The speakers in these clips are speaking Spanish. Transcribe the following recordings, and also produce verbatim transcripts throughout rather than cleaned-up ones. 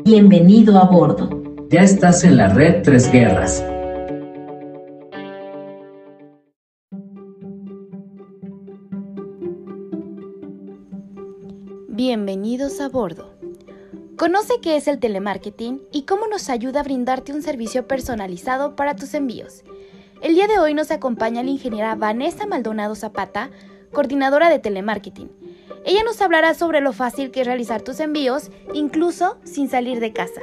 Bienvenido a bordo. Ya estás en la red Tres Guerras. Bienvenidos a bordo. Conoce qué es el telemarketing y cómo nos ayuda a brindarte un servicio personalizado para tus envíos. El día de hoy nos acompaña la ingeniera Vanessa Maldonado Zapata, coordinadora de telemarketing. Ella nos hablará sobre lo fácil que es realizar tus envíos, incluso sin salir de casa.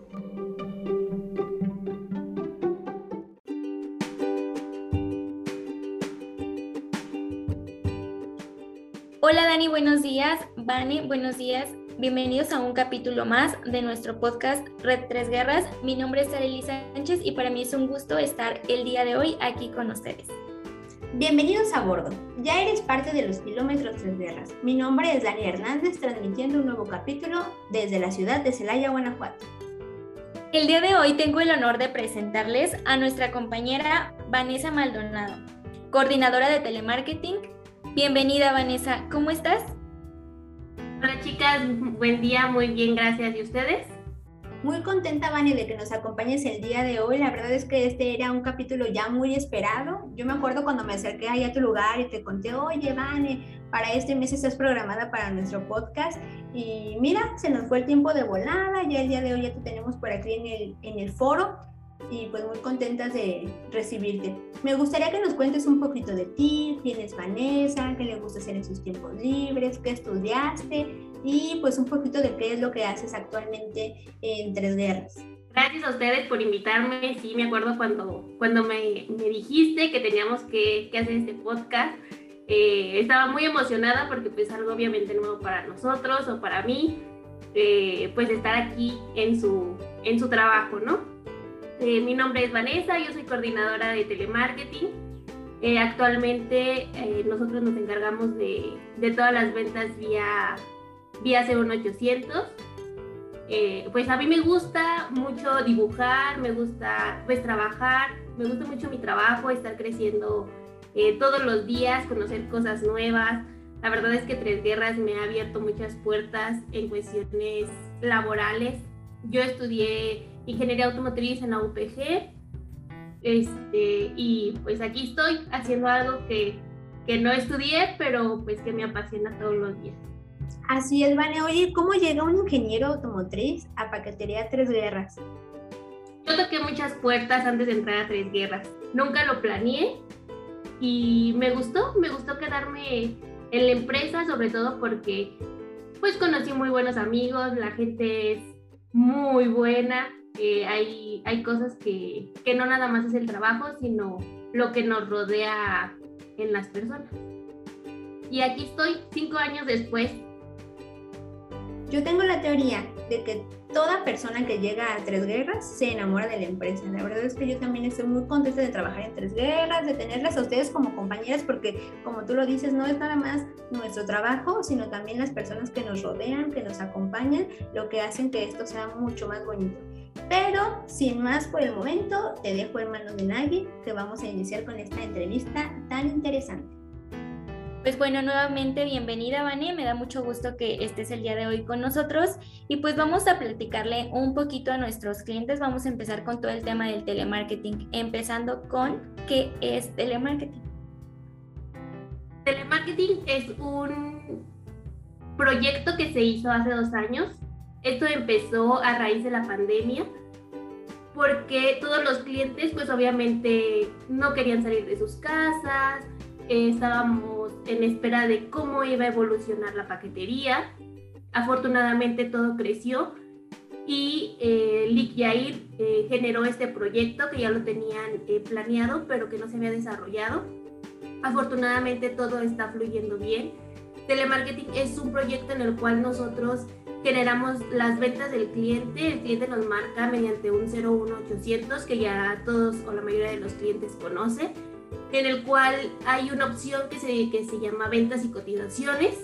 Hola Dani, buenos días. Vane, buenos días. Bienvenidos a un capítulo más de nuestro podcast Red Tres Guerras. Mi nombre es Arely Sánchez y para mí es un gusto estar el día de hoy aquí con ustedes. Bienvenidos a bordo. Ya eres parte de los kilómetros Tres Guerras. Mi nombre es Dani Hernández, transmitiendo un nuevo capítulo desde la ciudad de Celaya, Guanajuato. El día de hoy tengo el honor de presentarles a nuestra compañera Vanessa Maldonado, coordinadora de telemarketing. Bienvenida, Vanessa, ¿cómo estás? Hola chicas, buen día, muy bien, gracias. ¿Y ustedes? Muy contenta, Vane, de que nos acompañes el día de hoy. La verdad es que este era un capítulo ya muy esperado. Yo me acuerdo cuando me acerqué ahí a tu lugar y te conté, oye, Vane, para este mes estás programada para nuestro podcast. Y mira, se nos fue el tiempo de volada. Ya el día de hoy ya te tenemos por aquí en el, en el foro. Y pues muy contentas de recibirte. Me gustaría que nos cuentes un poquito de ti, quién es Vanessa, qué le gusta hacer en sus tiempos libres, qué estudiaste y pues un poquito de qué es lo que haces actualmente en Tres Guerras. Gracias a ustedes por invitarme. Sí, me acuerdo cuando, cuando me, me dijiste que teníamos que, que hacer este podcast. Eh, estaba muy emocionada porque pues algo obviamente nuevo para nosotros o para mí, eh, pues estar aquí en su, en su trabajo, ¿no? Eh, mi nombre es Vanessa, yo soy coordinadora de telemarketing. Eh, actualmente eh, nosotros nos encargamos de, de todas las ventas vía, vía cero uno ochocientos. Eh, pues a mí me gusta mucho dibujar, me gusta pues trabajar, me gusta mucho mi trabajo, estar creciendo eh, todos los días, conocer cosas nuevas. La verdad es que Tres Guerras me ha abierto muchas puertas en cuestiones laborales. Yo estudié Ingeniería Automotriz en la U P G, este, y pues aquí estoy haciendo algo que, que no estudié, pero pues que me apasiona todos los días. Así es, Vane. Oye, ¿cómo llega un ingeniero automotriz a Paquetería Tres Guerras? Yo toqué muchas puertas antes de entrar a Tres Guerras. Nunca lo planeé y me gustó, me gustó quedarme en la empresa, sobre todo porque pues conocí muy buenos amigos, la gente es muy buena. Eh, hay, hay cosas que, que no nada más es el trabajo, sino lo que nos rodea en las personas. Y aquí estoy, cinco años después. Yo tengo la teoría de que toda persona que llega a Tres Guerras se enamora de la empresa. La verdad es que yo también estoy muy contenta de trabajar en Tres Guerras, de tenerlas a ustedes como compañeras, porque como tú lo dices, no es nada más nuestro trabajo, sino también las personas que nos rodean, que nos acompañan, lo que hacen que esto sea mucho más bonito. Pero sin más por el momento, te dejo en manos de Nagui, que vamos a iniciar con esta entrevista tan interesante. Pues bueno, nuevamente bienvenida, Vane, me da mucho gusto que estés el día de hoy con nosotros y pues vamos a platicarle un poquito a nuestros clientes. Vamos a empezar con todo el tema del telemarketing, empezando con ¿qué es telemarketing? Telemarketing es un proyecto que se hizo hace dos años. Esto empezó a raíz de la pandemia porque todos los clientes pues obviamente no querían salir de sus casas. Eh, estábamos en espera de cómo iba a evolucionar la paquetería. Afortunadamente todo creció y eh, Lic Yair eh, generó este proyecto que ya lo tenían eh, planeado, pero que no se había desarrollado. Afortunadamente todo está fluyendo bien. Telemarketing es un proyecto en el cual nosotros generamos las ventas del cliente. El cliente nos marca mediante un cero uno ochocientos que ya todos o la mayoría de los clientes conoce, en el cual hay una opción que se, que se llama ventas y cotizaciones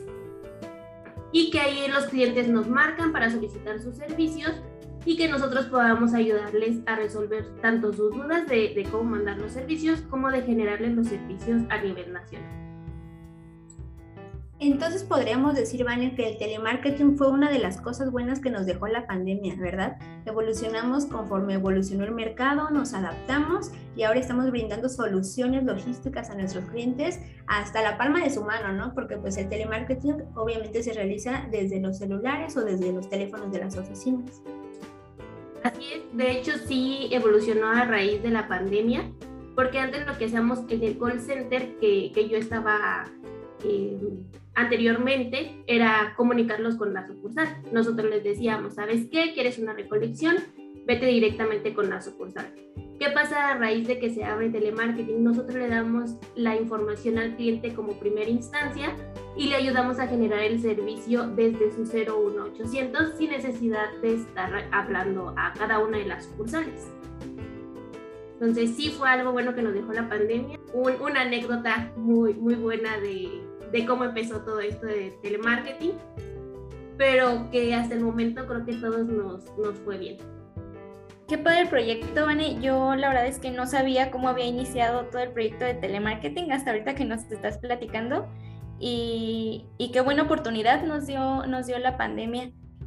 y que ahí los clientes nos marcan para solicitar sus servicios y que nosotros podamos ayudarles a resolver tanto sus dudas de, de cómo mandar los servicios como de generarles los servicios a nivel nacional. Entonces podríamos decir, Vane, que el telemarketing fue una de las cosas buenas que nos dejó la pandemia, ¿verdad? Evolucionamos conforme evolucionó el mercado, nos adaptamos y ahora estamos brindando soluciones logísticas a nuestros clientes hasta la palma de su mano, ¿no? Porque pues el telemarketing obviamente se realiza desde los celulares o desde los teléfonos de las oficinas. Así es, de hecho sí evolucionó a raíz de la pandemia, porque antes lo que hacíamos en el call center que, que yo estaba eh, anteriormente era comunicarlos con la sucursal. Nosotros les decíamos, ¿sabes qué? ¿Quieres una recolección? Vete directamente con la sucursal. ¿Qué pasa a raíz de que se abre telemarketing? Nosotros le damos la información al cliente como primera instancia y le ayudamos a generar el servicio desde su cero uno ochocientos sin necesidad de estar hablando a cada una de las sucursales. Entonces sí fue algo bueno que nos dejó la pandemia, Un, una anécdota muy, muy buena de, de cómo empezó todo esto de telemarketing, pero que hasta el momento creo que todos nos, nos fue bien. Qué padre el proyecto, Vane. Yo la verdad es que no sabía cómo había iniciado todo el proyecto de telemarketing hasta ahorita que nos estás platicando y, y qué buena oportunidad nos dio, nos dio la pandemia.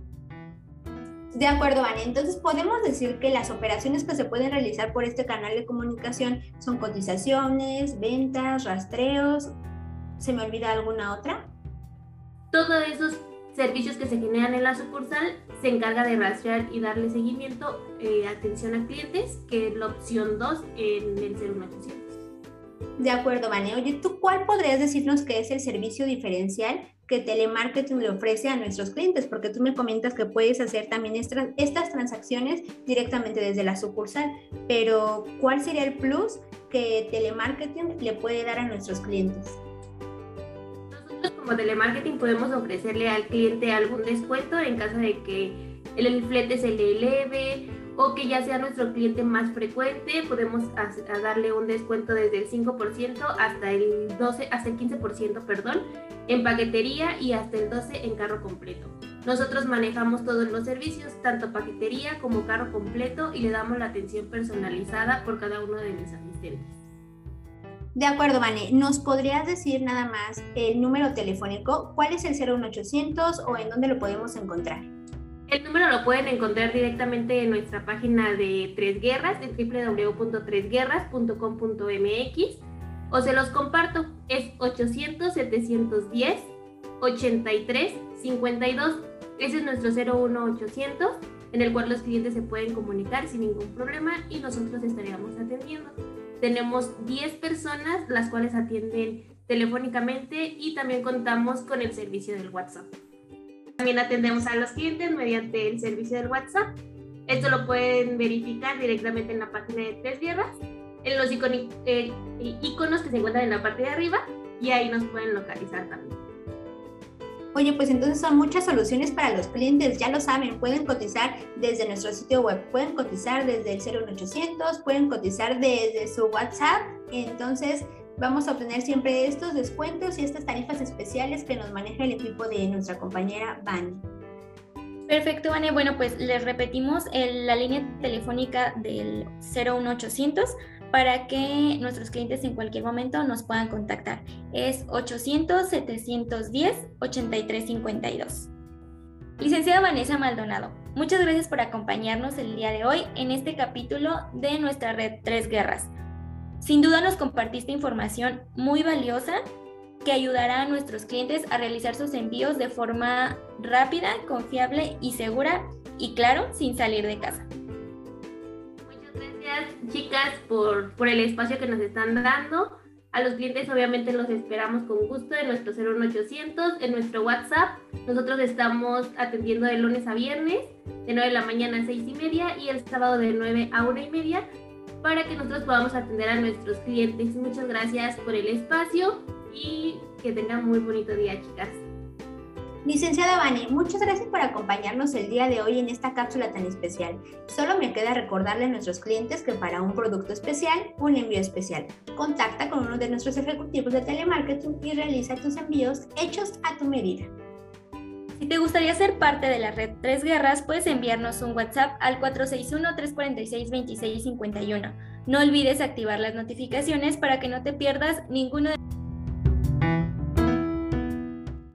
De acuerdo, Vane. Entonces podemos decir que las operaciones que se pueden realizar por este canal de comunicación son cotizaciones, ventas, rastreos. ¿Se me olvida alguna otra? Todos esos servicios que se generan en la sucursal se encarga de rastrear y darle seguimiento, eh, atención a clientes, que es la opción dos en el cero uno ochocientos. De acuerdo, Vane. Oye, ¿tú cuál podrías decirnos que es el servicio diferencial que telemarketing le ofrece a nuestros clientes? Porque tú me comentas que puedes hacer también estas, estas transacciones directamente desde la sucursal, pero ¿cuál sería el plus que telemarketing le puede dar a nuestros clientes? Nosotros como telemarketing podemos ofrecerle al cliente algún descuento en caso de que el flete se le eleve o que ya sea nuestro cliente más frecuente. Podemos a, a darle un descuento desde el cinco por ciento hasta el doce, hasta el quince por ciento, perdón, en paquetería y hasta el doce por ciento en carro completo. Nosotros manejamos todos los servicios, tanto paquetería como carro completo, y le damos la atención personalizada por cada uno de mis asistentes. De acuerdo, Vane. ¿Nos podrías decir nada más el número telefónico? ¿Cuál es el cero uno ochocientos o en dónde lo podemos encontrar? El número lo pueden encontrar directamente en nuestra página de Tres Guerras, de doble u doble u doble u punto tres guerras punto com punto m x, o se los comparto, es ochocientos, setecientos diez, ochenta y tres, cincuenta y dos. Ese es nuestro cero uno ochocientos, en el cual los clientes se pueden comunicar sin ningún problema y nosotros estaríamos atendiendo. Tenemos diez personas, las cuales atienden telefónicamente, y también contamos con el servicio del WhatsApp. También atendemos a los clientes mediante el servicio del WhatsApp. Esto lo pueden verificar directamente en la página de Tres Guerras, en los iconos, eh, iconos que se encuentran en la parte de arriba, y ahí nos pueden localizar también. Oye, pues entonces son muchas soluciones para los clientes, ya lo saben, pueden cotizar desde nuestro sitio web, pueden cotizar desde el cero uno ochocientos, pueden cotizar desde su WhatsApp. Entonces vamos a obtener siempre estos descuentos y estas tarifas especiales que nos maneja el equipo de nuestra compañera Vane. Perfecto, Vane. Bueno, pues les repetimos el, la línea telefónica del cero uno ochocientos para que nuestros clientes en cualquier momento nos puedan contactar. Es ochocientos, setecientos diez, ochenta y tres cincuenta y dos. Licenciada Vanessa Maldonado, muchas gracias por acompañarnos el día de hoy en este capítulo de nuestra red Tres Guerras. Sin duda nos compartiste información muy valiosa que ayudará a nuestros clientes a realizar sus envíos de forma rápida, confiable y segura, y claro, sin salir de casa. Muchas gracias, chicas, por, por el espacio que nos están dando. A los clientes obviamente los esperamos con gusto en nuestro cero uno ochocientos, en nuestro WhatsApp. Nosotros estamos atendiendo de lunes a viernes, de nueve de la mañana a seis y media, y el sábado de nueve a una y media, para que nosotros podamos atender a nuestros clientes. Muchas gracias por el espacio y que tengan muy bonito día, chicas. Licenciada Vane, muchas gracias por acompañarnos el día de hoy en esta cápsula tan especial. Solo me queda recordarle a nuestros clientes que para un producto especial, un envío especial. Contacta con uno de nuestros ejecutivos de telemarketing y realiza tus envíos hechos a tu medida. Si te gustaría ser parte de la red Tres Guerras, puedes enviarnos un WhatsApp al cuatro seis uno, tres cuatro seis, dos seis cinco uno. No olvides activar las notificaciones para que no te pierdas ninguno de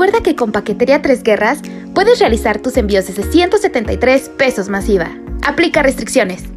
Recuerda que con Paquetería Tres Guerras puedes realizar tus envíos desde ciento setenta y tres pesos masiva. Aplica restricciones.